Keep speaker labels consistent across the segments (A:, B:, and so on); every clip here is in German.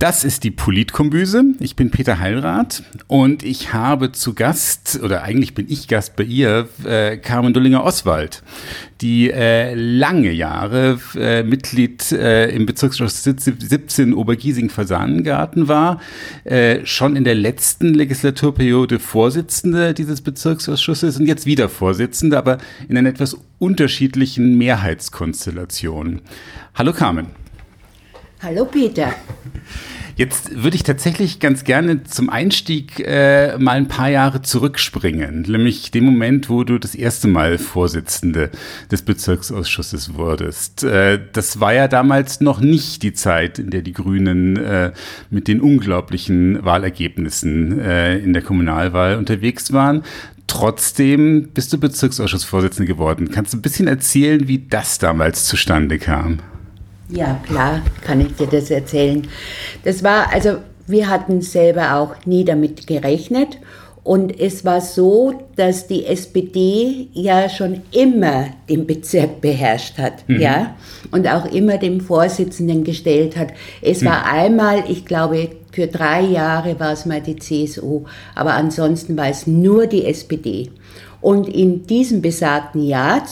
A: Das ist die Politkombüse. Ich bin Peter Heilrath und ich habe zu Gast, oder eigentlich bin ich Gast bei ihr, Carmen Dullinger-Oswald, die lange Jahre Mitglied im Bezirksausschuss 17 Obergiesing-Fasanengarten war, schon in der letzten Legislaturperiode Vorsitzende dieses Bezirksausschusses und jetzt wieder Vorsitzende, aber in einer etwas unterschiedlichen Mehrheitskonstellation. Hallo Carmen.
B: Hallo Peter.
A: Jetzt würde ich tatsächlich ganz gerne zum Einstieg mal ein paar Jahre zurückspringen, nämlich dem Moment, wo du das erste Mal Vorsitzende des Bezirksausschusses wurdest. Das war ja damals noch nicht die Zeit, in der die Grünen mit den unglaublichen Wahlergebnissen in der Kommunalwahl unterwegs waren. Trotzdem bist du Bezirksausschussvorsitzende geworden. Kannst du ein bisschen erzählen, wie das damals zustande kam?
B: Ja, klar, kann ich dir das erzählen. Das war, also wir hatten selber auch nie damit gerechnet und es war so, dass die SPD ja schon immer den Bezirk beherrscht hat, ja, und auch immer den Vorsitzenden gestellt hat. Es war einmal, ich glaube, für 3 Jahre war es mal die CSU, aber ansonsten war es nur die SPD. Und in diesem besagten Jahr,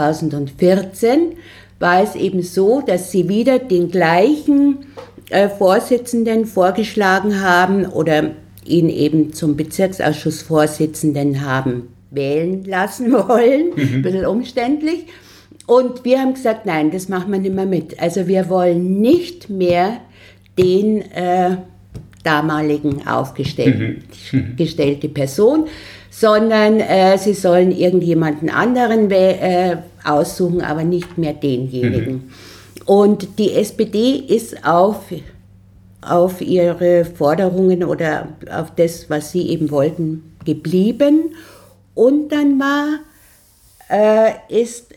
B: 2014, war es eben so, dass sie wieder den gleichen Vorsitzenden vorgeschlagen haben oder ihn eben zum Bezirksausschussvorsitzenden haben wählen lassen wollen, ein bisschen umständlich. Und wir haben gesagt, nein, das machen wir nicht mehr mit. Also wir wollen nicht mehr den damaligen aufgestellte Person, sondern sie sollen irgendjemanden anderen aussuchen, aber nicht mehr denjenigen. Und die SPD ist auf ihre Forderungen oder auf das, was sie eben wollten, geblieben. Und dann ist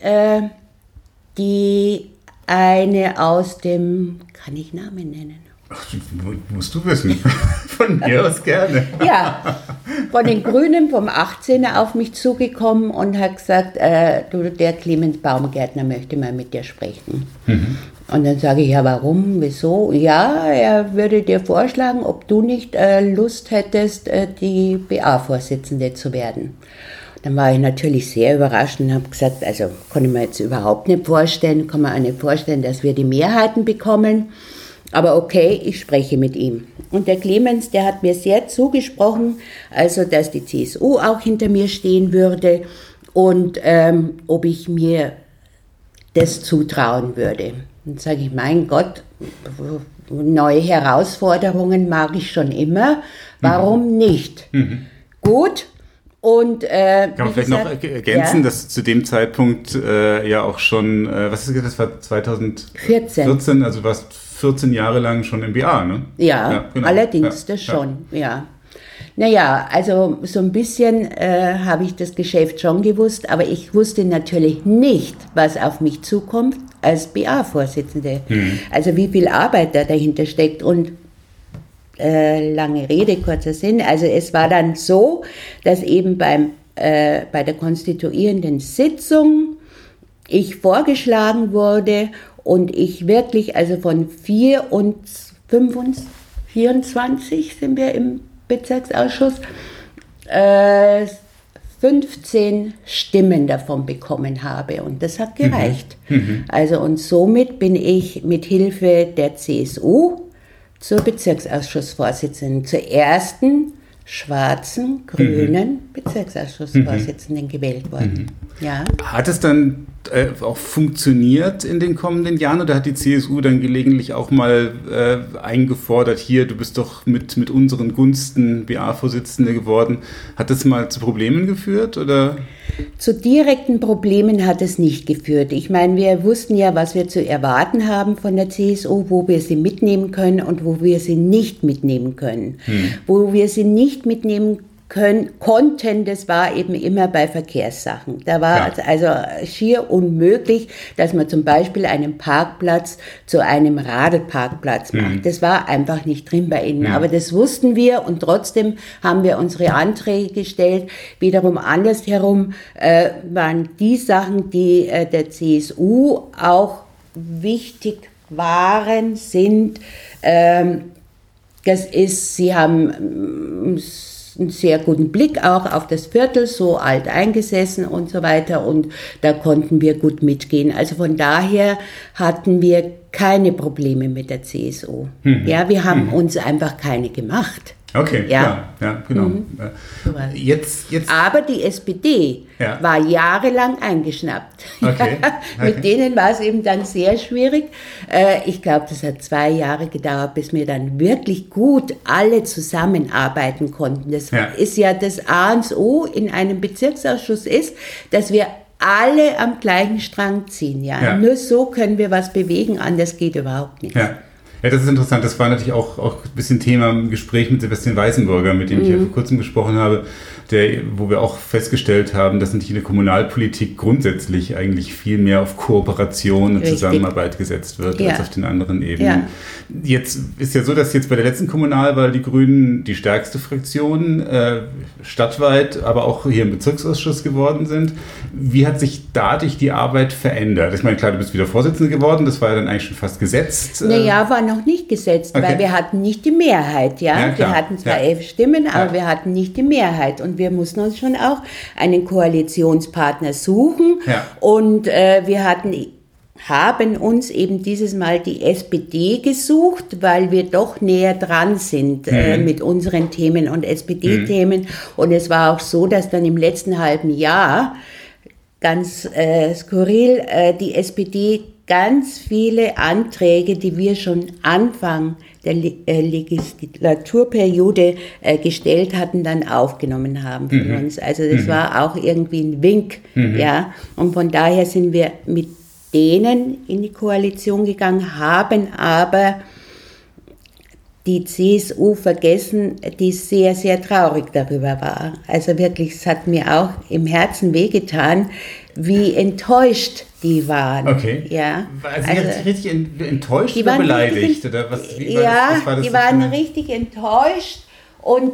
B: die eine aus dem, kann ich Namen nennen?
A: Ach, musst du wissen. Von mir aus gerne.
B: Ja, von den Grünen vom 18er auf mich zugekommen und hat gesagt, der Clemens Baumgärtner möchte mal mit dir sprechen. Und dann sage ich, ja, warum, wieso? Ja, er würde dir vorschlagen, ob du nicht Lust hättest, die BA-Vorsitzende zu werden. Dann war ich natürlich sehr überrascht und habe gesagt, also kann ich mir jetzt überhaupt nicht vorstellen, kann man auch nicht vorstellen, dass wir die Mehrheiten bekommen. Aber okay, ich spreche mit ihm. Und der Clemens, der hat mir sehr zugesprochen, also dass die CSU auch hinter mir stehen würde und ob ich mir das zutrauen würde. Dann sage ich, mein Gott, neue Herausforderungen mag ich schon immer, warum nicht? Gut. Und,
A: kann man vielleicht noch ergänzen, dass zu dem Zeitpunkt ja auch schon, was ist das, war 2014, also du warst 14 Jahre lang schon im BA, ne?
B: Ja, genau. Allerdings das schon, ja. Naja, also so ein bisschen habe ich das Geschäft schon gewusst, aber ich wusste natürlich nicht, was auf mich zukommt als BA-Vorsitzende. Also wie viel Arbeit da dahinter steckt und lange Rede, kurzer Sinn. Also es war dann so, dass eben bei der konstituierenden Sitzung ich vorgeschlagen wurde und ich wirklich, also von 24 sind wir im Bezirksausschuss, 15 Stimmen davon bekommen habe und das hat gereicht. Also und somit bin ich mit Hilfe der CSU zur Bezirksausschussvorsitzenden, zur ersten schwarzen, grünen Bezirksausschussvorsitzenden gewählt worden. Ja.
A: Hat es dann auch funktioniert in den kommenden Jahren oder hat die CSU dann gelegentlich auch mal eingefordert, hier, du bist doch mit unseren Gunsten BA-Vorsitzende geworden. Hat das mal zu Problemen geführt oder?
B: Zu direkten Problemen hat es nicht geführt. Ich meine, wir wussten ja, was wir zu erwarten haben von der CSU, wo wir sie mitnehmen können und wo wir sie nicht mitnehmen können. Wo wir sie nicht mitnehmen konnten, das war eben immer bei Verkehrssachen. Da war es also schier unmöglich, dass man zum Beispiel einen Parkplatz zu einem Radlparkplatz macht. Das war einfach nicht drin bei ihnen. Aber das wussten wir und trotzdem haben wir unsere Anträge gestellt. Wiederum andersherum waren die Sachen, die der CSU auch wichtig waren, sind Sie haben einen sehr guten Blick auch auf das Viertel, so alt eingesessen und so weiter, und da konnten wir gut mitgehen. Also von daher hatten wir keine Probleme mit der CSU. Ja, wir haben uns einfach keine gemacht.
A: Okay, ja, genau. Jetzt.
B: Aber die SPD war jahrelang eingeschnappt.
A: Okay.
B: Mit denen war es eben dann sehr schwierig. Ich glaube, das hat 2 Jahre gedauert, bis wir dann wirklich gut alle zusammenarbeiten konnten. Das ist ja das A und O in einem Bezirksausschuss ist, dass wir alle am gleichen Strang ziehen. Ja? Nur so können wir was bewegen, anders geht überhaupt nichts.
A: Ja, das ist interessant. Das war natürlich auch ein bisschen Thema im Gespräch mit Sebastian Weißenburger, mit dem ich ja vor kurzem gesprochen habe, wo wir auch festgestellt haben, dass natürlich in der Kommunalpolitik grundsätzlich eigentlich viel mehr auf Kooperation und Zusammenarbeit gesetzt wird als auf den anderen Ebenen. Jetzt ist ja so, dass jetzt bei der letzten Kommunalwahl die Grünen die stärkste Fraktion stadtweit, aber auch hier im Bezirksausschuss geworden sind. Wie hat sich dadurch die Arbeit verändert? Ich meine, klar, du bist wieder Vorsitzende geworden, das war ja dann eigentlich schon fast gesetzt.
B: Naja, war noch nicht gesetzt, weil wir hatten nicht die Mehrheit. Ja? Wir hatten zwar 11 Stimmen, aber wir hatten nicht die Mehrheit. Und wir mussten uns schon auch einen Koalitionspartner suchen. Und wir haben uns eben dieses Mal die SPD gesucht, weil wir doch näher dran sind mit unseren Themen und SPD-Themen. Und es war auch so, dass dann im letzten halben Jahr, ganz skurril, die SPD ganz viele Anträge, die wir schon Anfang der Legislaturperiode gestellt hatten, dann aufgenommen haben von uns. Also das war auch irgendwie ein Wink. Ja? Und von daher sind wir mit denen in die Koalition gegangen, haben aber die CSU vergessen, die sehr, sehr traurig darüber war. Also wirklich, es hat mir auch im Herzen wehgetan, wie enttäuscht die waren.
A: Okay.
B: Ja.
A: Also richtig enttäuscht oder beleidigt? Oder was,
B: die waren richtig enttäuscht, und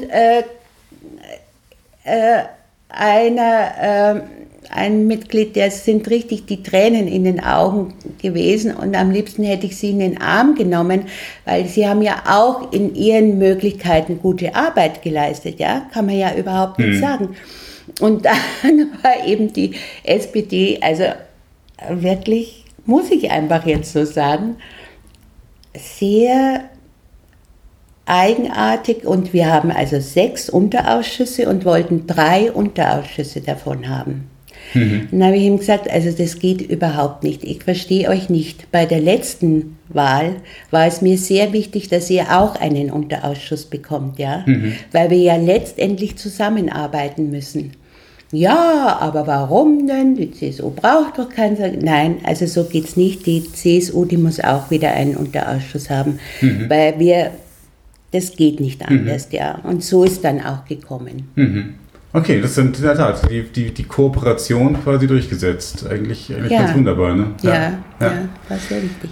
B: ein Mitglied, der sind richtig die Tränen in den Augen gewesen, und am liebsten hätte ich sie in den Arm genommen, weil sie haben ja auch in ihren Möglichkeiten gute Arbeit geleistet, ja, kann man ja überhaupt nicht sagen. Und dann war eben die SPD, also wirklich, muss ich einfach jetzt so sagen, sehr eigenartig, und wir haben also 6 Unterausschüsse und wollten 3 Unterausschüsse davon haben. Dann habe ich ihm gesagt, also das geht überhaupt nicht, ich verstehe euch nicht. Bei der letzten Wahl war es mir sehr wichtig, dass ihr auch einen Unterausschuss bekommt, ja, weil wir ja letztendlich zusammenarbeiten müssen. Ja, aber warum denn? Die CSU braucht doch keinen. Nein, also so geht's nicht. Die CSU, die muss auch wieder einen Unterausschuss haben, weil das geht nicht anders, ja. Und so ist dann auch gekommen.
A: Okay, das sind in der Tat die Kooperation quasi durchgesetzt. Eigentlich ganz wunderbar, ne?
B: Ja, war sehr wichtig.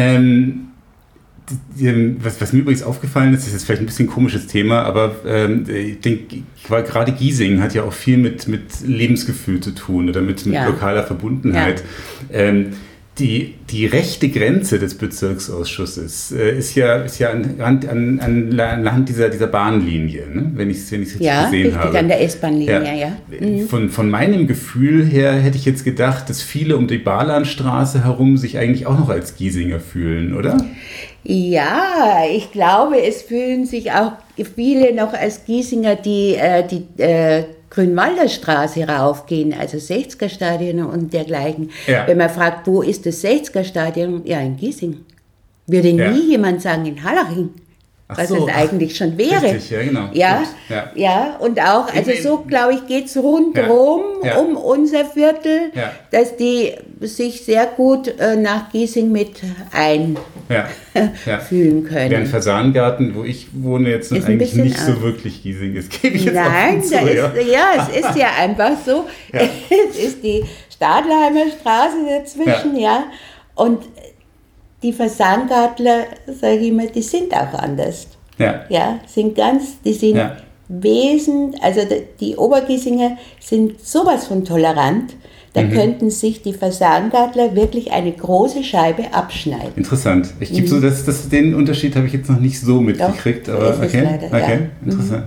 A: Was mir übrigens aufgefallen ist jetzt vielleicht ein bisschen ein komisches Thema, aber ich denke, gerade Giesing hat ja auch viel mit Lebensgefühl zu tun oder mit lokaler Verbundenheit. Die rechte Grenze des Bezirksausschusses ist ja anhand dieser Bahnlinie, ne? wenn ich es richtig gesehen habe.
B: Ja, an der S-Bahn-Linie,
A: Von meinem Gefühl her hätte ich jetzt gedacht, dass viele um die Barlandstraße herum sich eigentlich auch noch als Giesinger fühlen, oder?
B: Ja, ich glaube, es fühlen sich auch viele noch als Giesinger, die Grünwalder Straße raufgehen, also 60er-Stadion und dergleichen. Ja. Wenn man fragt, wo ist das 60er-Stadion? Ja, in Giesing. Würde nie jemand sagen, in Hallaching. Was es eigentlich schon wäre.
A: Richtig, ja, genau.
B: Ja, und auch, also so, glaube ich, geht es rundherum um unser Viertel, dass die sich sehr gut nach Giesing mit fühlen können.
A: Während Fasangarten, wo ich wohne, jetzt ist eigentlich nicht so wirklich Giesing ist, gebe ich jetzt
B: Nein,
A: zu,
B: es ist ja einfach so. Es ist die Stadlheimer Straße dazwischen, und die Fasangartler, sage ich immer, die sind auch anders. Die sind also die Obergiesinger sind sowas von tolerant, Da könnten sich die Fasanengadler wirklich eine große Scheibe abschneiden.
A: Interessant. Ich gebe so, den Unterschied habe ich jetzt noch nicht so mitgekriegt.
B: Doch,
A: aber
B: ist es leider, ja.
A: Interessant.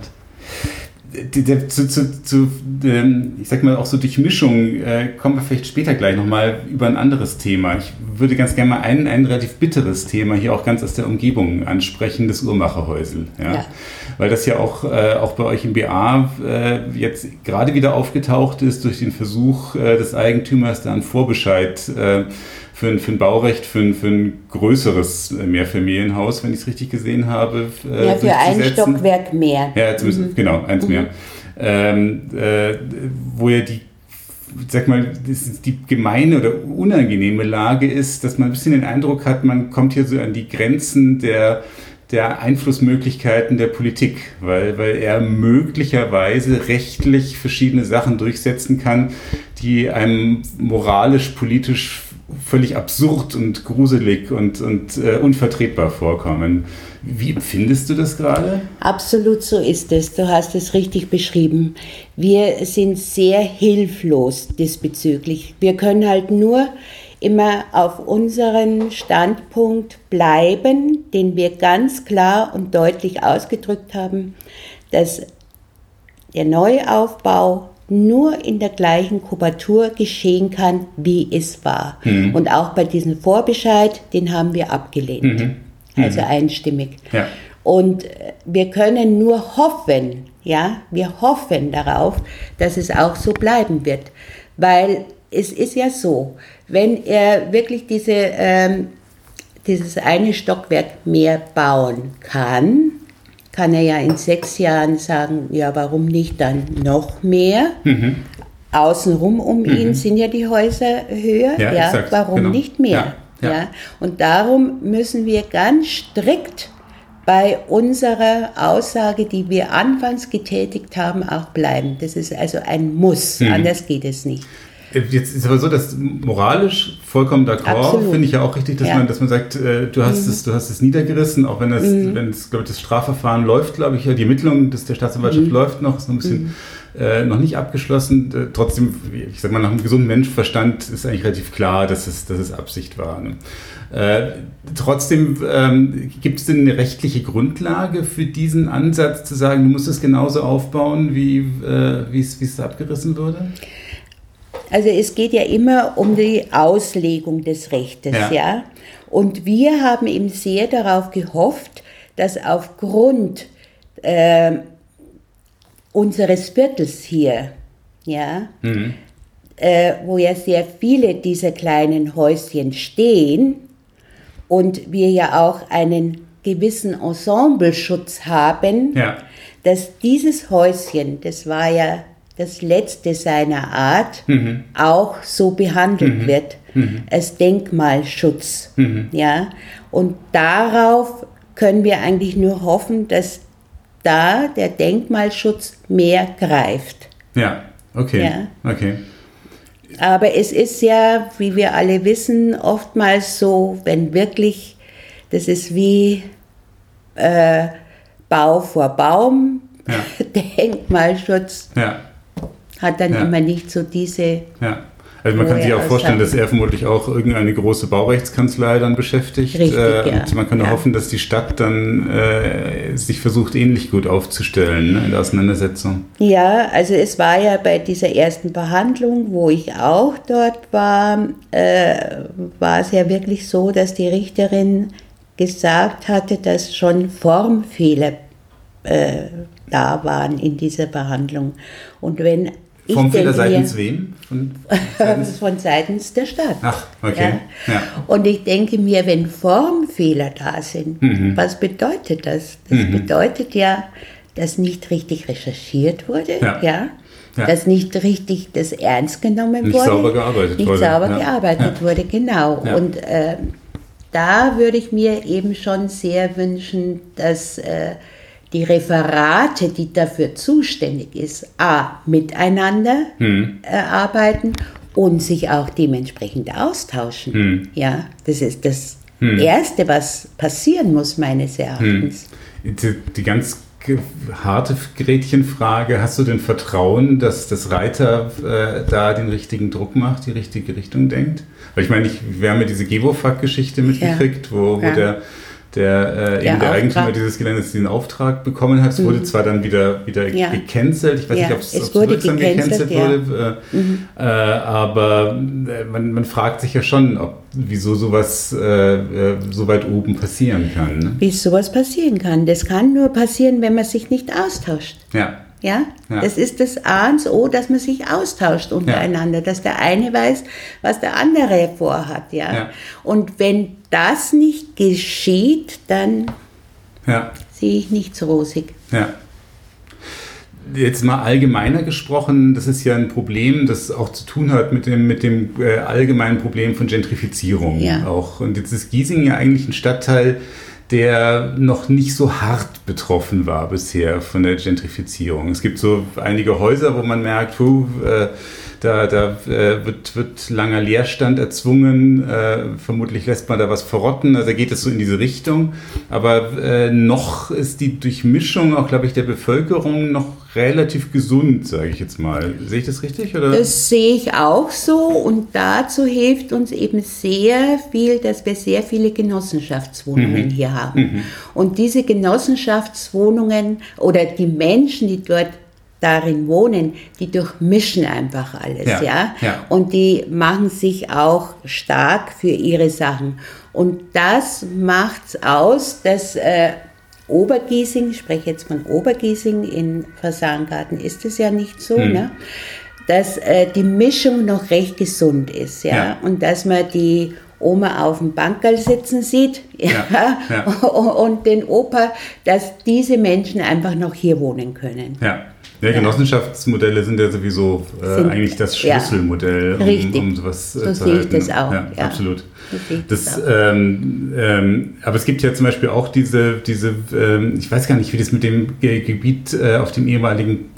A: Ich sag mal auch so durch Mischung kommen wir vielleicht später gleich nochmal über ein anderes Thema. Ich würde ganz gerne mal ein relativ bitteres Thema hier auch ganz aus der Umgebung ansprechen, das Uhrmacherhäusel. Ja? Weil das ja auch bei euch im BA jetzt gerade wieder aufgetaucht ist durch den Versuch des Eigentümers, da einen Vorbescheid für ein Baurecht, für ein größeres Mehrfamilienhaus, wenn ich es richtig gesehen habe.
B: Ja, für ein Stockwerk mehr.
A: Ja, zumindest, genau, eins mehr. Wo ja die gemeine oder unangenehme Lage ist, dass man ein bisschen den Eindruck hat, man kommt hier so an die Grenzen der Einflussmöglichkeiten der Politik, weil er möglicherweise rechtlich verschiedene Sachen durchsetzen kann, die einem moralisch, politisch völlig absurd und gruselig und unvertretbar vorkommen. Wie empfindest du das gerade?
B: Absolut, so ist es. Du hast es richtig beschrieben. Wir sind sehr hilflos diesbezüglich. Wir können halt nur immer auf unseren Standpunkt bleiben, den wir ganz klar und deutlich ausgedrückt haben, dass der Neuaufbau nur in der gleichen Kubatur geschehen kann, wie es war. Und auch bei diesem Vorbescheid, den haben wir abgelehnt. Also einstimmig. Ja. Und wir können nur hoffen, ja, wir hoffen darauf, dass es auch so bleiben wird. Weil es ist ja so, wenn er wirklich dieses eine Stockwerk mehr bauen kann er ja in 6 Jahren sagen, ja, warum nicht dann noch mehr? Außenrum um ihn sind ja die Häuser höher, ja, exakt, warum nicht mehr? Ja. Und darum müssen wir ganz strikt bei unserer Aussage, die wir anfangs getätigt haben, auch bleiben. Das ist also ein Muss, anders geht es nicht.
A: Jetzt ist aber so, dass moralisch vollkommen d'accord, finde ich ja auch richtig, dass man sagt, du hast es niedergerissen, auch wenn das, glaube ich, das Strafverfahren läuft, glaube ich, ja, die Ermittlung der Staatsanwaltschaft läuft noch, ist noch ein bisschen noch nicht abgeschlossen. Trotzdem, ich sag mal, nach einem gesunden Menschenverstand ist eigentlich relativ klar, dass es Absicht war. Ne? Trotzdem, gibt es denn eine rechtliche Grundlage für diesen Ansatz, zu sagen, du musst es genauso aufbauen, wie es abgerissen wurde?
B: Also es geht ja immer um die Auslegung des Rechtes, ja. Und wir haben eben sehr darauf gehofft, dass aufgrund unseres Viertels hier, ja, wo ja sehr viele dieser kleinen Häuschen stehen und wir ja auch einen gewissen Ensembleschutz haben, dass dieses Häuschen, das war ja das letzte seiner Art, auch so behandelt wird, als Denkmalschutz. Ja? Und darauf können wir eigentlich nur hoffen, dass da der Denkmalschutz mehr greift.
A: Ja, okay.
B: Ja? Okay. Aber es ist ja, wie wir alle wissen, oftmals so, wenn wirklich, das ist wie Bau vor Baum, Denkmalschutz. Hat dann immer nicht so diese... Ja.
A: Also man kann sich auch vorstellen, dass er vermutlich auch irgendeine große Baurechtskanzlei dann beschäftigt. Richtig, und man kann nur hoffen, dass die Stadt dann sich versucht, ähnlich gut aufzustellen, ne, in der Auseinandersetzung.
B: Ja, also es war ja bei dieser ersten Behandlung, wo ich auch dort war, war es ja wirklich so, dass die Richterin gesagt hatte, dass schon Formfehler da waren in dieser Behandlung. Und wenn
A: Formfehler seitens wem?
B: Von seitens der Stadt.
A: Ach, okay.
B: Ja. Und ich denke mir, wenn Formfehler da sind, was bedeutet das? Das bedeutet ja, dass nicht richtig recherchiert wurde, dass nicht richtig das ernst genommen wurde.
A: Nicht sauber gearbeitet
B: wurde, genau. Ja. Und da würde ich mir eben schon sehr wünschen, dass die Referate, die dafür zuständig ist, miteinander arbeiten und sich auch dementsprechend austauschen. Ja, das ist das Erste, was passieren muss, meines Erachtens.
A: Die ganz harte Gretchenfrage, hast du denn Vertrauen, dass das Reiter da den richtigen Druck macht, die richtige Richtung denkt? Weil ich meine, wir haben ja diese Gewofag-Geschichte mitgekriegt, wo der Eigentümer dieses Geländes den Auftrag bekommen hat. Es wurde zwar dann wieder gecancelt. Ich weiß nicht, ob es wirksam gecancelt wurde. Aber man fragt sich ja schon, wieso sowas so weit oben passieren kann. Ne?
B: Wie sowas passieren kann. Das kann nur passieren, wenn man sich nicht austauscht. Ja, das ist das A und O, dass man sich austauscht untereinander, dass der eine weiß, was der andere vorhat. Ja? Und wenn das nicht geschieht, dann sehe ich nichts rosig.
A: Ja. Jetzt mal allgemeiner gesprochen, das ist ja ein Problem, das auch zu tun hat mit dem allgemeinen Problem von Gentrifizierung auch. Und jetzt ist Giesing ja eigentlich ein Stadtteil, der noch nicht so hart betroffen war bisher von der Gentrifizierung. Es gibt so einige Häuser, wo man merkt, da wird langer Leerstand erzwungen, vermutlich lässt man da was verrotten, also geht es so in diese Richtung. Aber noch ist die Durchmischung auch, glaube ich, der Bevölkerung noch relativ gesund, sage ich jetzt mal. Sehe ich das richtig? Oder?
B: Das sehe ich auch so und dazu hilft uns eben sehr viel, dass wir sehr viele Genossenschaftswohnungen hier haben. Und diese Genossenschaftswohnungen oder die Menschen, die dort darin wohnen, die durchmischen einfach alles, und die machen sich auch stark für ihre Sachen. Und das macht's aus, dass Obergiesing, ich spreche jetzt von Obergiesing, in Fasangarten ist es ja nicht so, ne? Dass die Mischung noch recht gesund ist, und dass man die Oma auf dem Bankerl sitzen sieht und den Opa, dass diese Menschen einfach noch hier wohnen können.
A: Ja, Genossenschaftsmodelle sind ja sowieso eigentlich das Schlüsselmodell, um sowas zu halten.
B: So sehe ich das auch.
A: Ja, absolut. Aber es gibt ja zum Beispiel auch diese ich weiß gar nicht, wie das mit dem Gebiet auf dem ehemaligen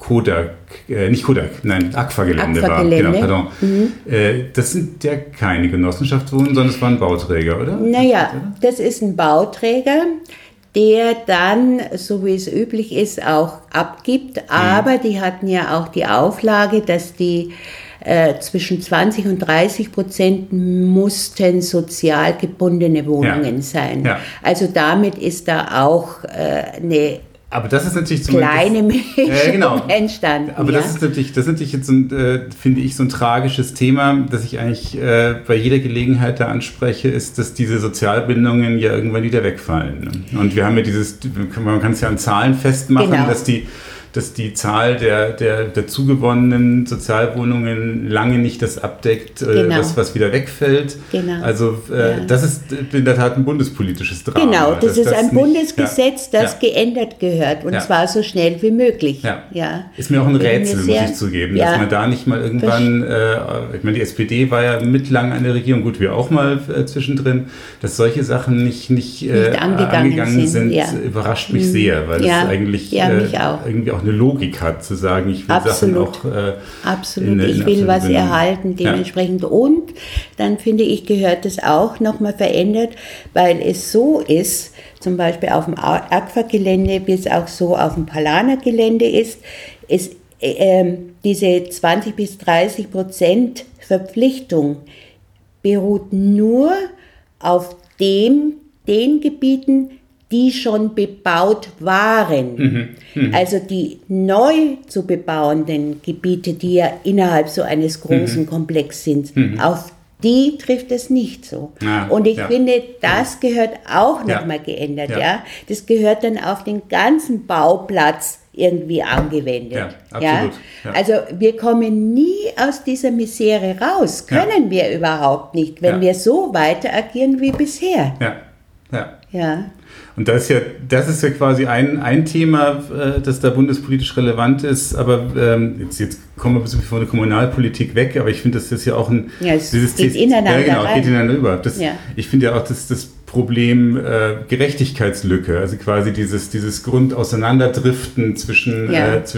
A: Agfa-Gelände war. Genau, pardon. Das sind ja keine Genossenschaftswohnungen, sondern es waren Bauträger, oder?
B: Naja, das ist ein Bauträger, der dann, so wie es üblich ist, auch abgibt. Aber die hatten ja auch die Auflage, dass die zwischen 20% und 30% mussten sozial gebundene Wohnungen sein. Also damit ist da auch eine
A: Aber das ist natürlich
B: kleine Mischung entstanden.
A: Aber das ist natürlich jetzt, finde ich, so ein tragisches Thema, das ich eigentlich bei jeder Gelegenheit da anspreche, ist, dass diese Sozialbindungen ja irgendwann wieder wegfallen. Und wir haben ja man kann es ja an Zahlen festmachen, dass die Zahl der zugewonnenen Sozialwohnungen lange nicht das abdeckt, was wieder wegfällt. Also das ist in der Tat ein bundespolitisches Drama.
B: Genau, das ist ein Bundesgesetz, das geändert gehört und zwar so schnell wie möglich.
A: Ist mir auch ein Rätsel, muss ich zugeben, dass man da nicht mal irgendwann, ich meine, die SPD war ja mitlang an der Regierung, gut, wir auch mal zwischendrin, dass solche Sachen nicht angegangen sind, überrascht mich sehr, weil es eigentlich irgendwie auch eine Logik hat, zu sagen, ich will Sachen auch
B: ich will was erhalten, dementsprechend. Und dann finde ich, gehört das auch nochmal verändert, weil es so ist, zum Beispiel auf dem Agfa-Gelände, wie es auch so auf dem Palaner-Gelände ist diese 20-30% Verpflichtung beruht nur auf den Gebieten, die schon bebaut waren. Also die neu zu bebauenden Gebiete, die ja innerhalb so eines großen Komplexes sind, auf die trifft es nicht so. Und ich finde, das gehört auch nochmal geändert. Das gehört dann auf den ganzen Bauplatz irgendwie angewendet.
A: Absolut.
B: Also wir kommen nie aus dieser Misere raus. Können wir überhaupt nicht, wenn wir so weiter agieren wie bisher.
A: Und das ist ja quasi ein Thema, das da bundespolitisch relevant ist, aber jetzt kommen wir ein bisschen von der Kommunalpolitik weg, aber ich finde, das ist ja auch
B: es geht ineinander
A: rein. Geht ineinander über. Ich finde ja auch, dass das Problem Gerechtigkeitslücke, also quasi dieses Grundauseinanderdriften zwischen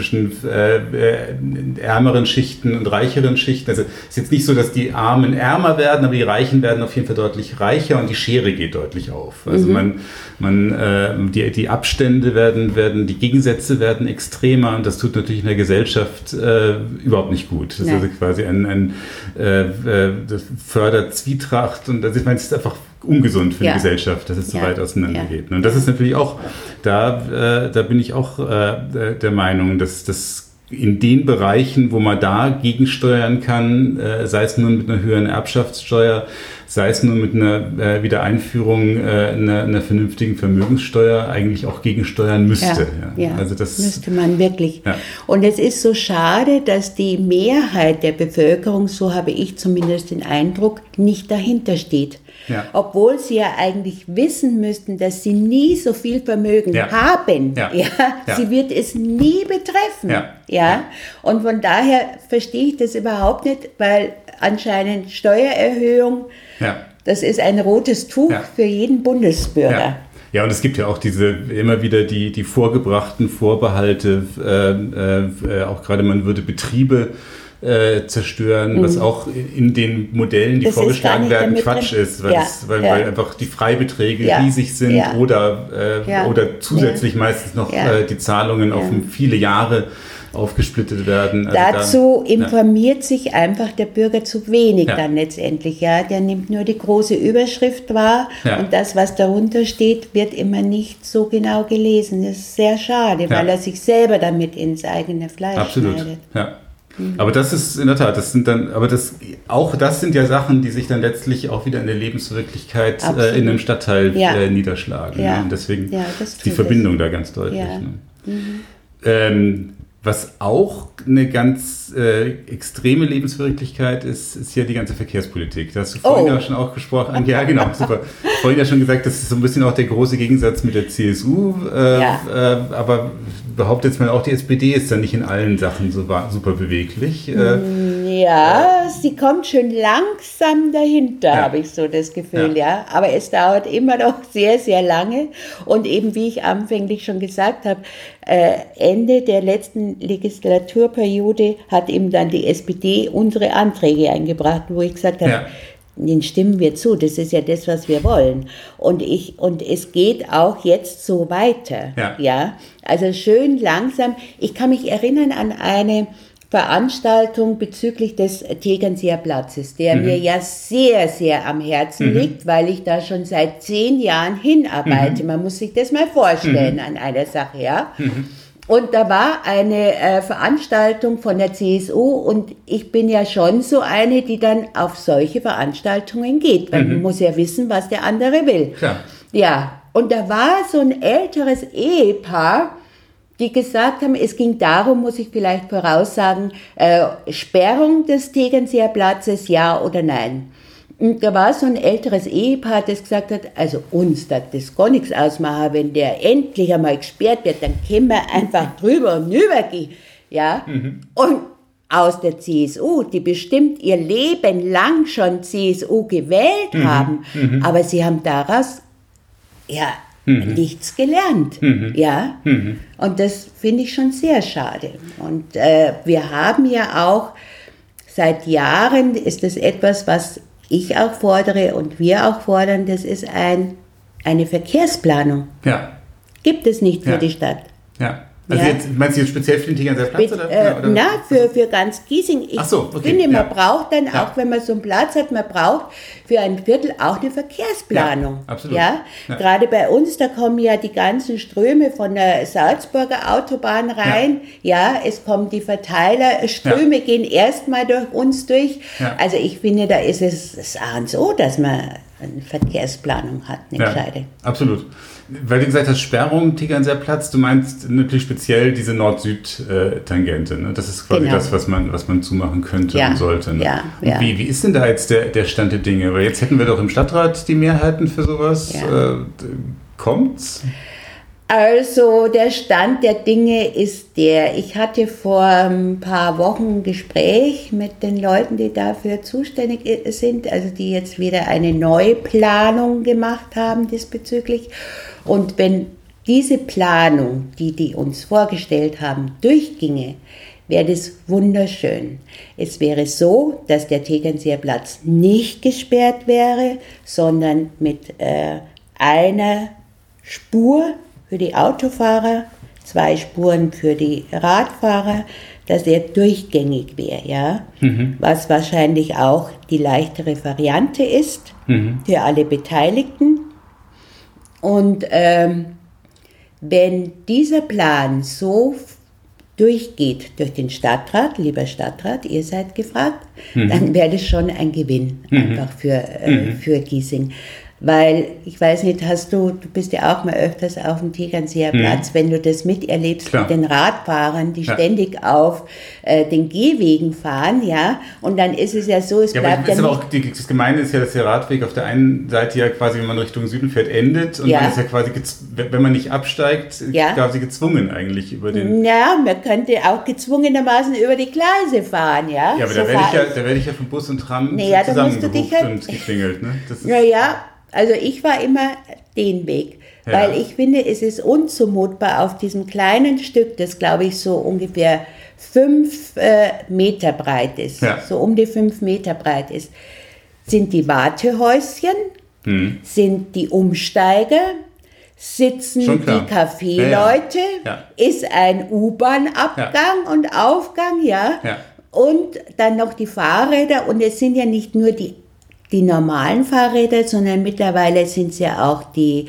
A: ärmeren Schichten und reicheren Schichten. Also es ist jetzt nicht so, dass die Armen ärmer werden, aber die Reichen werden auf jeden Fall deutlich reicher und die Schere geht deutlich auf. Also die Abstände werden, die Gegensätze werden extremer und das tut natürlich in der Gesellschaft überhaupt nicht gut. Das ist also quasi das fördert Zwietracht und das, ich meine, es ist einfach ungesund für die Gesellschaft, dass es so weit auseinandergeht. Und das ist natürlich auch, da bin ich auch der Meinung, dass das in den Bereichen, wo man da gegensteuern kann, sei es nun mit einer höheren Erbschaftssteuer, sei es nur mit einer Wiedereinführung einer vernünftigen Vermögenssteuer, eigentlich auch gegensteuern müsste.
B: Also das müsste man wirklich. Ja. Und es ist so schade, dass die Mehrheit der Bevölkerung, so habe ich zumindest den Eindruck, nicht dahinter steht. Ja. Obwohl sie ja eigentlich wissen müssten, dass sie nie so viel Vermögen haben. Sie wird es nie betreffen. Und von daher verstehe ich das überhaupt nicht, weil anscheinend Steuererhöhung, das ist ein rotes Tuch für jeden Bundesbürger.
A: Ja, und es gibt ja auch immer wieder die vorgebrachten Vorbehalte, auch gerade man würde Betriebe zerstören, was auch in den Modellen, die das vorgeschlagen werden, Quatsch ist, weil einfach die Freibeträge riesig sind oder zusätzlich meistens noch die Zahlungen auf viele Jahre aufgesplittet werden.
B: Also dazu informiert sich einfach der Bürger zu wenig dann letztendlich. Der nimmt nur die große Überschrift wahr und das, was darunter steht, wird immer nicht so genau gelesen. Das ist sehr schade, weil er sich selber damit ins eigene Fleisch schneidet.
A: Ja. Aber das ist in der Tat, das sind ja Sachen, die sich dann letztlich auch wieder in der Lebenswirklichkeit in einem Stadtteil niederschlagen. Und deswegen ist die Verbindung da ganz deutlich. Was auch eine ganz extreme Lebenswirklichkeit ist ja die ganze Verkehrspolitik. Da hast du vorhin ja schon auch gesprochen. Ja, genau, super. Vorhin ja schon gesagt, das ist so ein bisschen auch der große Gegensatz mit der CSU. Aber behauptet jetzt mal auch, die SPD ist dann nicht in allen Sachen so super beweglich.
B: Sie kommt schon langsam dahinter, habe ich so das Gefühl, Aber es dauert immer noch sehr, sehr lange. Und eben, wie ich anfänglich schon gesagt habe, Ende der letzten Legislaturperiode hat eben dann die SPD unsere Anträge eingebracht, wo ich gesagt habe, den stimmen wir zu, das ist ja das, was wir wollen. Und es geht auch jetzt so weiter. Also schön langsam. Ich kann mich erinnern an eine Veranstaltung bezüglich des Tegernseer Platzes, der mir ja sehr, sehr am Herzen liegt, weil ich da schon seit 10 Jahren hinarbeite. Man muss sich das mal vorstellen an einer Sache, Und da war eine Veranstaltung von der CSU und ich bin ja schon so eine, die dann auf solche Veranstaltungen geht, weil man muss ja wissen, was der andere will. Und da war so ein älteres Ehepaar, die gesagt haben, es ging darum, muss ich vielleicht voraussagen, Sperrung des Tegernseer Platzes, ja oder nein. Und da war so ein älteres Ehepaar, das gesagt hat, also uns darf das gar nichts ausmachen, wenn der endlich einmal gesperrt wird, dann können wir einfach drüber und rüber gehen. Und aus der CSU, die bestimmt ihr Leben lang schon CSU gewählt haben, aber sie haben daraus nichts gelernt. Und das finde ich schon sehr schade. Und wir haben ja auch seit Jahren, ist das etwas, was ich auch fordere und wir auch fordern, das ist eine Verkehrsplanung. Gibt es nicht für die Stadt.
A: Also jetzt, meinst du jetzt speziell für den Tegernseer Platz?
B: Für ganz Giesing. Ich finde, man braucht dann, auch wenn man so einen Platz hat, man braucht für ein Viertel auch eine Verkehrsplanung.
A: Absolut.
B: Gerade bei uns, da kommen ja die ganzen Ströme von der Salzburger Autobahn rein. Es kommen die Verteilerströme, gehen erstmal durch uns durch. Also ich finde, da ist es das A und O, dass man eine Verkehrsplanung hat, eine gescheite.
A: Absolut. Weil du gesagt hast, Sperrung, Tegernseer Platz, du meinst natürlich speziell diese Nord-Süd-Tangente. Ne? Das ist quasi das, was man zumachen könnte und sollte. Ne? Wie ist denn da jetzt der Stand der Dinge? Weil jetzt hätten wir doch im Stadtrat die Mehrheiten für sowas. Kommt's?
B: Also der Stand der Dinge ist der, ich hatte vor ein paar Wochen ein Gespräch mit den Leuten, die dafür zuständig sind, also die jetzt wieder eine Neuplanung gemacht haben diesbezüglich. Und wenn diese Planung, die uns vorgestellt haben, durchginge, wäre das wunderschön. Es wäre so, dass der Tegernseer Platz nicht gesperrt wäre, sondern mit einer Spur für die Autofahrer, 2 Spuren für die Radfahrer, dass er durchgängig wäre, ja. Was wahrscheinlich auch die leichtere Variante ist für alle Beteiligten. Und wenn dieser Plan so durchgeht durch den Stadtrat, lieber Stadtrat, ihr seid gefragt, dann wäre das schon ein Gewinn einfach für Giesing. Weil, ich weiß nicht, du bist ja auch mal öfters auf dem Tegernseer Platz, wenn du das miterlebst. Klar. Mit den Radfahrern, die ständig auf den Gehwegen fahren, ja, und dann ist es ja so, es bleibt ja nicht...
A: Aber auch das Gemeine ist ja, dass der Radweg auf der einen Seite ja quasi, wenn man Richtung Süden fährt, endet und man ist ja quasi, wenn man nicht absteigt, quasi gezwungen eigentlich über den...
B: Ja, man könnte auch gezwungenermaßen über die Gleise fahren, ja.
A: Ja, aber
B: so
A: da werde ich ja von Bus und Tram zusammengerufen und geklingelt, ne? Das ist
B: also ich war immer den Weg, weil ich finde, es ist unzumutbar auf diesem kleinen Stück, das glaube ich so ungefähr 5 Meter breit ist, so um die 5 Meter breit ist, sind die Wartehäuschen, sind die Umsteiger, sitzen die Kaffeeleute, ist ein U-Bahn-Abgang und Aufgang, und dann noch die Fahrräder, und es sind ja nicht nur die normalen Fahrräder, sondern mittlerweile sind es ja auch die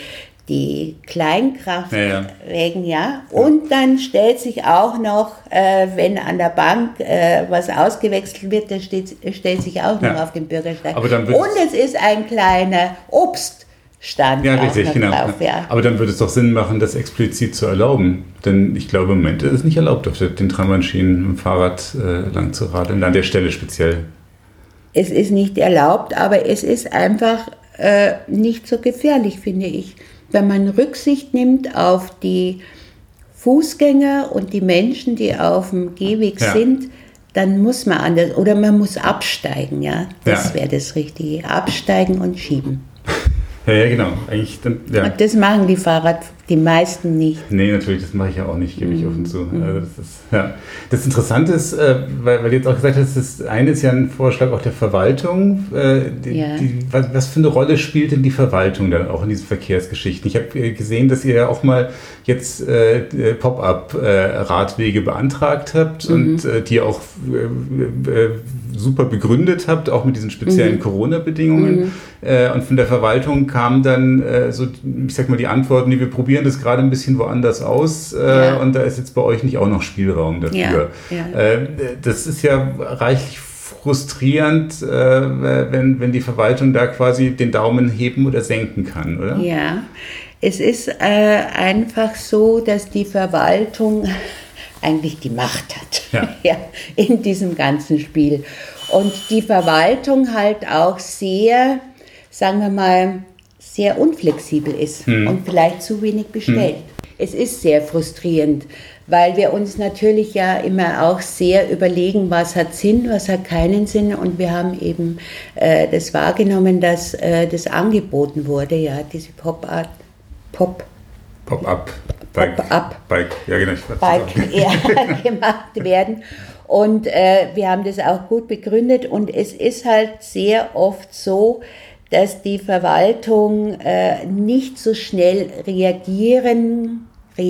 B: Kleinkraftwagen, Und dann stellt sich auch noch, wenn an der Bank was ausgewechselt wird, das stellt sich auch noch auf den Bürgersteig. Und es ist ein kleiner Obststand
A: richtig, genau.
B: Drauf,
A: Aber dann würde es doch Sinn machen, das explizit zu erlauben. Denn ich glaube, im Moment ist es nicht erlaubt, auf den Trambahnschienen mit dem Fahrrad lang zu radeln, an der Stelle speziell.
B: Es ist nicht erlaubt, aber es ist einfach nicht so gefährlich, finde ich. Wenn man Rücksicht nimmt auf die Fußgänger und die Menschen, die auf dem Gehweg sind, dann muss man anders, oder man muss absteigen, Das wäre das Richtige. Absteigen und schieben.
A: Ja, genau. Eigentlich dann,
B: Und das machen die meisten nicht.
A: Nee, natürlich, das mache ich ja auch nicht, gebe ich offen zu. Also das Interessante ist, weil du jetzt auch gesagt hast, das eine ist ja ein Vorschlag auch der Verwaltung. Was für eine Rolle spielt denn die Verwaltung dann auch in diesen Verkehrsgeschichten? Ich habe gesehen, dass ihr ja auch mal jetzt Pop-up-Radwege beantragt habt und die auch super begründet habt, auch mit diesen speziellen Corona-Bedingungen. Und von der Verwaltung kamen dann ich sag mal, die Antworten, wir probieren das gerade ein bisschen woanders aus und da ist jetzt bei euch nicht auch noch Spielraum dafür. Das ist ja reichlich frustrierend, wenn die Verwaltung da quasi den Daumen heben oder senken kann, oder?
B: Ja, es ist einfach so, dass die Verwaltung eigentlich die Macht hat in diesem ganzen Spiel. Und die Verwaltung halt auch sehr, sagen wir mal, sehr unflexibel ist und vielleicht zu wenig bestellt. Es ist sehr frustrierend, weil wir uns natürlich ja immer auch sehr überlegen, was hat Sinn, was hat keinen Sinn, und wir haben eben das wahrgenommen, dass das angeboten wurde, diese Pop-up
A: Bike, ja genau,
B: gemacht werden. Und wir haben das auch gut begründet, und es ist halt sehr oft so, dass die Verwaltung nicht so schnell reagieren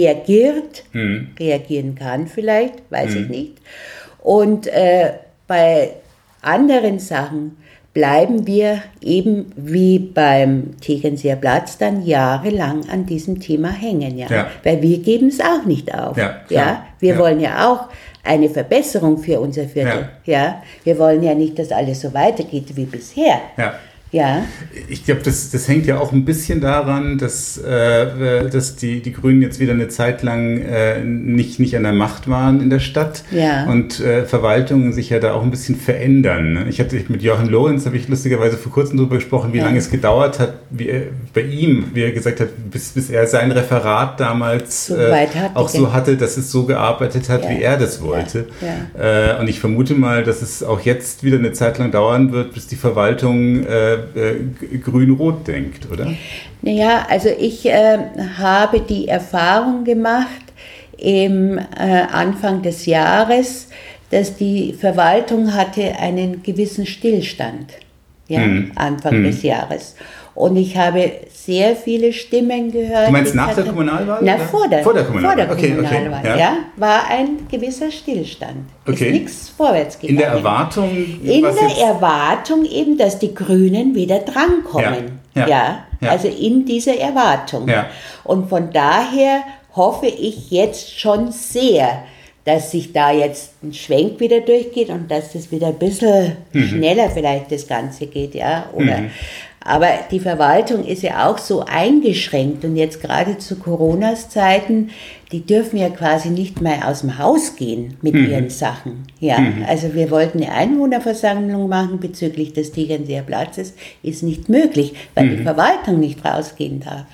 B: kann vielleicht, weiß ich nicht. Und bei anderen Sachen bleiben wir eben wie beim Tegernseer Platz dann jahrelang an diesem Thema hängen, weil wir geben es auch nicht auf. Wir wollen ja auch eine Verbesserung für unser Viertel. Wir wollen ja nicht, dass alles so weitergeht wie bisher. Ja.
A: Ich glaube, das hängt ja auch ein bisschen daran, dass die Grünen jetzt wieder eine Zeit lang nicht an der Macht waren in der Stadt und Verwaltungen sich ja da auch ein bisschen verändern. Ne? Ich hatte mit Joachim Lorenz, habe ich lustigerweise vor kurzem darüber gesprochen, wie lange es gedauert hat, wie er gesagt hat, bis er sein Referat damals so hatte, dass es so gearbeitet hat, wie er das wollte. Ja. Und ich vermute mal, dass es auch jetzt wieder eine Zeit lang dauern wird, bis die Verwaltung grün-rot denkt, oder?
B: Naja, also ich habe die Erfahrung gemacht im Anfang des Jahres, dass die Verwaltung hatte einen gewissen Stillstand, Anfang des Jahres. Und ich habe sehr viele Stimmen gehört.
A: Du meinst nach der Kommunalwahl?
B: Na, vor der Kommunalwahl,
A: okay,
B: war ein gewisser Stillstand.
A: Okay.
B: Ist nichts vorwärts gegangen.
A: In der Erwartung?
B: Erwartung eben, dass die Grünen wieder drankommen. Also in dieser Erwartung. Ja. Und von daher hoffe ich jetzt schon sehr, dass sich da jetzt ein Schwenk wieder durchgeht und dass das wieder ein bisschen schneller vielleicht das Ganze geht, Aber die Verwaltung ist ja auch so eingeschränkt und jetzt gerade zu Coronas Zeiten, die dürfen ja quasi nicht mehr aus dem Haus gehen mit ihren Sachen. Also wir wollten eine Einwohnerversammlung machen bezüglich des Tegernseer Platzes, ist nicht möglich, weil die Verwaltung nicht rausgehen darf.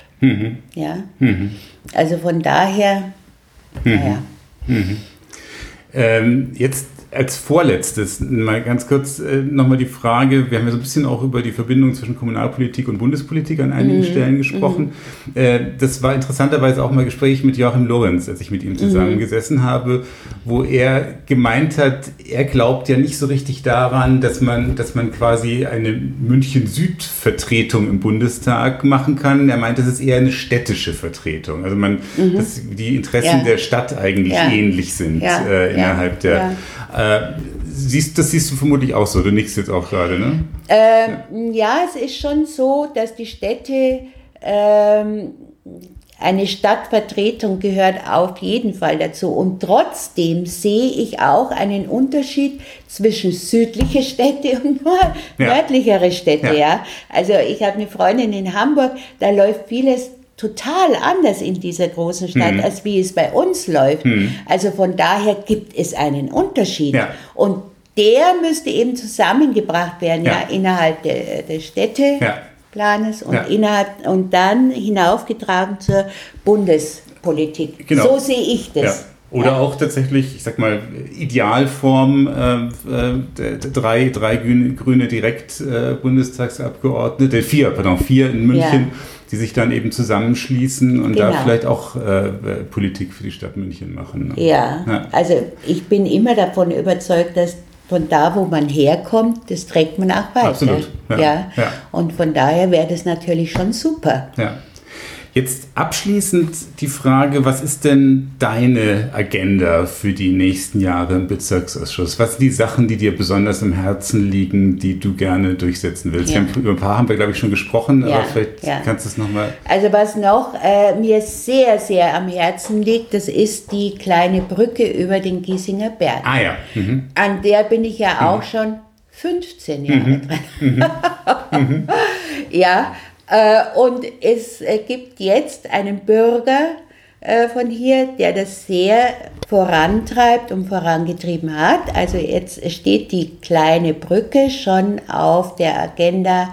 B: Also von daher,
A: Jetzt als Vorletztes mal ganz kurz nochmal die Frage, wir haben ja so ein bisschen auch über die Verbindung zwischen Kommunalpolitik und Bundespolitik an einigen Stellen gesprochen. Das war interessanterweise auch mal ein Gespräch mit Joachim Lorenz, als ich mit ihm zusammengesessen habe, wo er gemeint hat, er glaubt ja nicht so richtig daran, dass man quasi eine München-Süd-Vertretung im Bundestag machen kann. Er meint, das ist eher eine städtische Vertretung. Also dass die Interessen der Stadt eigentlich ähnlich sind innerhalb der... Das siehst du vermutlich auch so, du nickst jetzt auch gerade, ne?
B: Es ist schon so, dass die Städte, eine Stadtvertretung gehört auf jeden Fall dazu. Und trotzdem sehe ich auch einen Unterschied zwischen südliche Städte und nördlichere Städte. Also ich habe eine Freundin in Hamburg, da läuft vieles total anders in dieser großen Stadt, als wie es bei uns läuft. Also von daher gibt es einen Unterschied. Und der müsste eben zusammengebracht werden, innerhalb des Städteplanes und dann hinaufgetragen zur Bundespolitik. Genau. So sehe ich das.
A: Oder auch tatsächlich, ich sag mal, Idealform, drei grüne direkt Bundestagsabgeordnete, vier in München, die sich dann eben zusammenschließen und da vielleicht auch Politik für die Stadt München machen.
B: Ne? Also ich bin immer davon überzeugt, dass von da, wo man herkommt, das trägt man auch weiter.
A: Absolut.
B: Und von daher wäre das natürlich schon super.
A: Jetzt abschließend die Frage, was ist denn deine Agenda für die nächsten Jahre im Bezirksausschuss? Was sind die Sachen, die dir besonders am Herzen liegen, die du gerne durchsetzen willst? Über ein paar haben wir, glaube ich, schon gesprochen, aber vielleicht kannst du es nochmal...
B: Also was noch mir sehr, sehr am Herzen liegt, das ist die kleine Brücke über den Giesinger Berg. An der bin ich ja auch schon 15 Jahre dran. Und es gibt jetzt einen Bürger von hier, der das sehr vorantreibt und vorangetrieben hat. Also jetzt steht die kleine Brücke schon auf der Agenda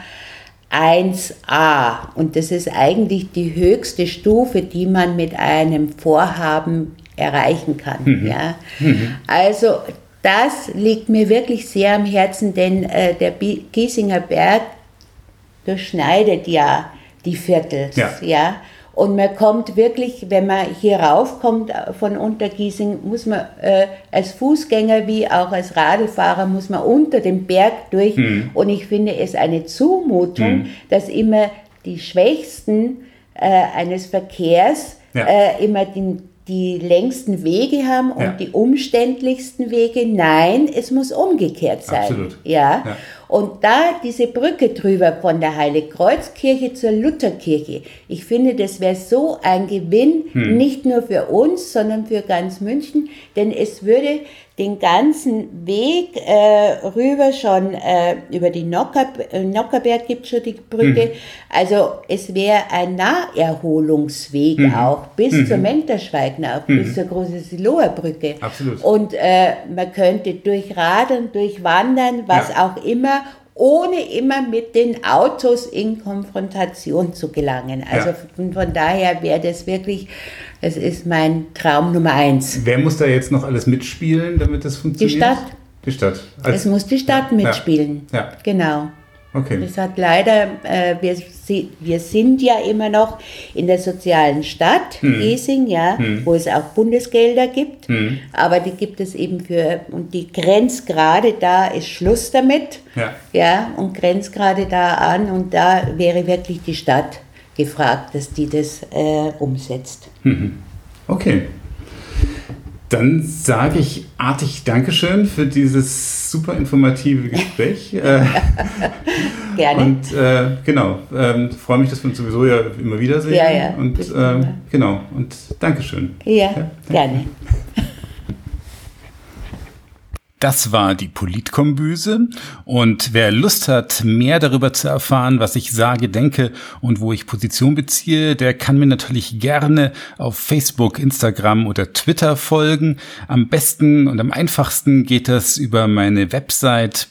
B: 1a. Und das ist eigentlich die höchste Stufe, die man mit einem Vorhaben erreichen kann. Also das liegt mir wirklich sehr am Herzen, denn der Giesinger Berg durchschneidet ja die Viertel, Und man kommt wirklich, wenn man hier raufkommt von Untergiesing, muss man als Fußgänger wie auch als Radlfahrer muss man unter dem Berg durch. Und ich finde es eine Zumutung, dass immer die Schwächsten eines Verkehrs immer die längsten Wege haben und die umständlichsten Wege. Nein, es muss umgekehrt sein.
A: Absolut.
B: Und da diese Brücke drüber von der Heiligkreuzkirche zur Lutherkirche, ich finde, das wäre so ein Gewinn, nicht nur für uns, sondern für ganz München, denn es würde den ganzen Weg rüber schon über die Nockerberg gibt schon die Brücke. Also es wäre ein Naherholungsweg auch bis zur Menterschweigner, auch bis zur Große Siloer Brücke.
A: Absolut.
B: Und man könnte durchradeln, durchwandern, was auch immer, ohne immer mit den Autos in Konfrontation zu gelangen. Also von daher wäre das wirklich, das ist mein Traum Nummer 1.
A: Wer muss da jetzt noch alles mitspielen, damit das funktioniert?
B: Die Stadt.
A: Die Stadt.
B: Es muss die Stadt mitspielen.
A: Ja.
B: Genau.
A: Okay.
B: Das hat leider, wir sind ja immer noch in der sozialen Stadt, Gesing, wo es auch Bundesgelder gibt, aber die gibt es eben und die grenzt gerade da, ist Schluss damit, und grenzt gerade da an, und da wäre wirklich die Stadt gefragt, dass die das umsetzt.
A: Okay. Dann sage ich artig Dankeschön für dieses super informative Gespräch.
B: Gerne.
A: Und freue mich, dass wir uns sowieso ja immer wiedersehen.
B: Ja.
A: Und genau, und Dankeschön.
B: Ja, gerne.
A: Das war die Politkombüse, und wer Lust hat, mehr darüber zu erfahren, was ich sage, denke und wo ich Position beziehe, der kann mir natürlich gerne auf Facebook, Instagram oder Twitter folgen. Am besten und am einfachsten geht das über meine Website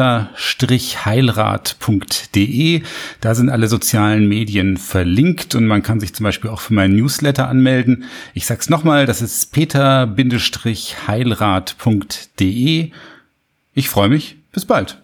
A: peter-heilrath.de. Da sind alle sozialen Medien verlinkt und man kann sich zum Beispiel auch für meinen Newsletter anmelden. Ich sag's nochmal, das ist peter-heilrath.de. Ich freue mich. Bis bald.